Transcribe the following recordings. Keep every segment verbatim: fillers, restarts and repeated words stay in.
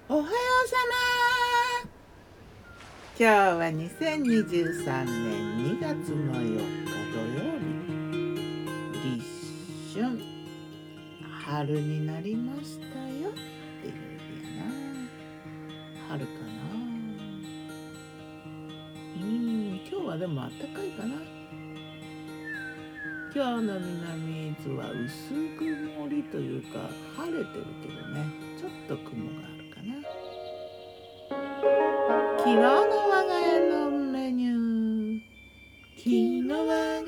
おはようさま。今日はにせんにじゅうさんねんにがつのよっか土曜日、立春、春になりましたよっていう日やな。春かな。うん、今日はでもあったかいかな。今日の南伊豆は薄曇りというか晴れてるけどね、ちょっと雲があるかな。昨日の我が家のメニュー、昨日我がメニ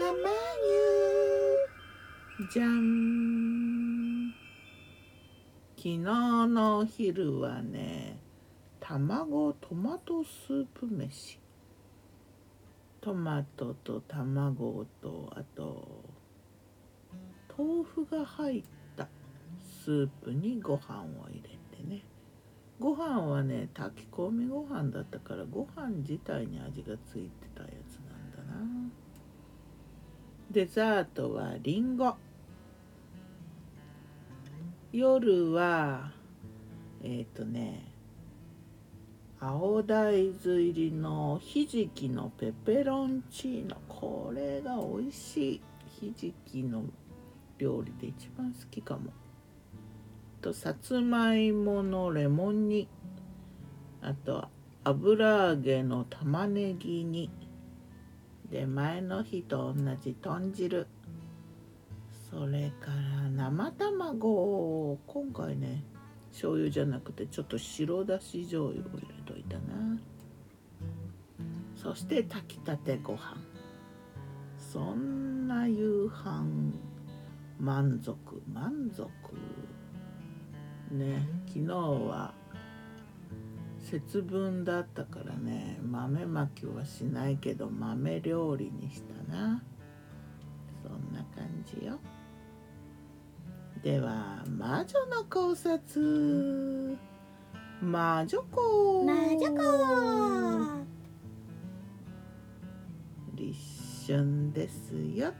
ューじゃん。昨日のお昼はね、卵トマトスープ飯、トマトと卵と、あと豆腐が入ったスープにご飯を入れてね。ご飯はね、炊き込みご飯だったからご飯自体に味がついてたやつなんだな。デザートはリンゴ。夜はえっ、ー、とね青大豆入りのひじきのペペロンチーノ、これが美味しい。ひじきの料理で一番好きかも。とさつまいものレモン煮、あと油揚げの玉ねぎ煮で、前の日と同じ豚汁、それから生卵、今回ね醤油じゃなくてちょっと白だし醤油を入れといたな。そして炊きたてご飯。そんな夕飯、満足満足ね。昨日は節分だったからね、豆まきはしないけど豆料理にしたな。そんな感じよ。では魔女の考察。魔女子魔女子立春ですよ。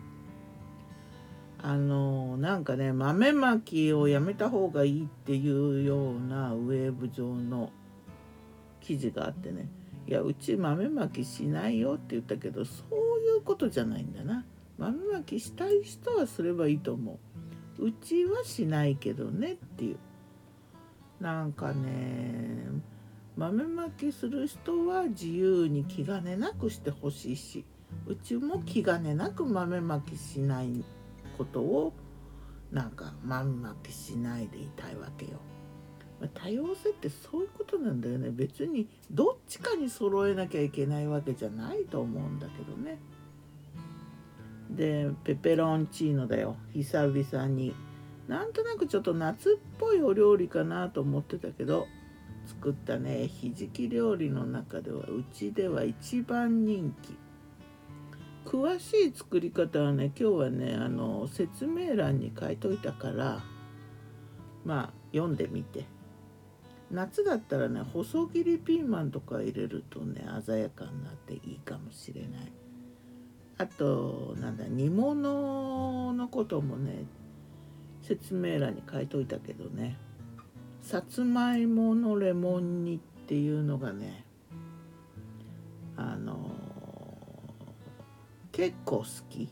あのなんかね、豆まきをやめた方がいいっていうようなウェーブ上の記事があってね、いやうち豆まきしないよって言ったけど、そういうことじゃないんだな。豆まきしたい人はすればいいと思う。うちはしないけどねっていう。なんかね、豆まきする人は自由に気兼ねなくしてほしいし、うちも気兼ねなく豆まきしないことをなんか豆まきしないでいたいわけよ。多様性ってそういうことなんだよね。別にどっちかに揃えなきゃいけないわけじゃないと思うんだけどね。でペペロンチーノだよ。久々になんとなくちょっと夏っぽいお料理かなと思ってたけど、作ったねひじき料理の中ではうちでは一番人気。詳しい作り方はね、今日はねあの説明欄に書いといたから、まあ読んでみて。夏だったらね細切りピーマンとか入れるとね鮮やかになっていいかもしれない。あとなんだ、煮物のこともね説明欄に書いといたけどね、さつまいものレモン煮っていうのがね、あのー、結構好き。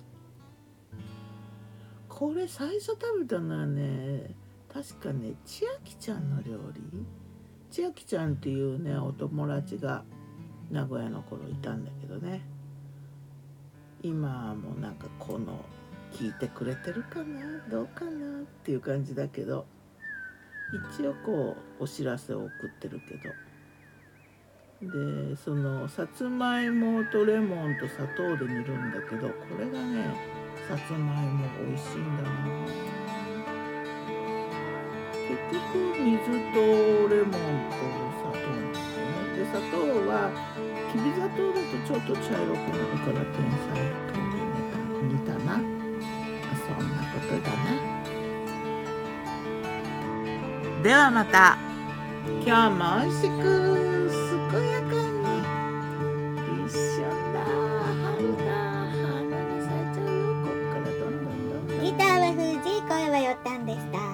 これ最初食べたのはね、確かね千秋ちゃんの料理、千秋ちゃんっていうねお友達が名古屋の頃いたんだけどね、今もなんかこの聞いてくれてるかなどうかなっていう感じだけど、一応こうお知らせを送ってるけど、でそのさつまいもとレモンと砂糖で煮るんだけど、これがねさつまいも美味しいんだな。結局水とレモンと砂糖なんだね。で砂糖はきび砂糖だとちょっと茶色くなるから天才糖で煮たな。そんなことだな。ではまた。今日も美味しく健やかに。立春だ、春だ、花が咲いちゃうよ。こっからどんどんどんどん。 ギターは藤井、声はよったんでした。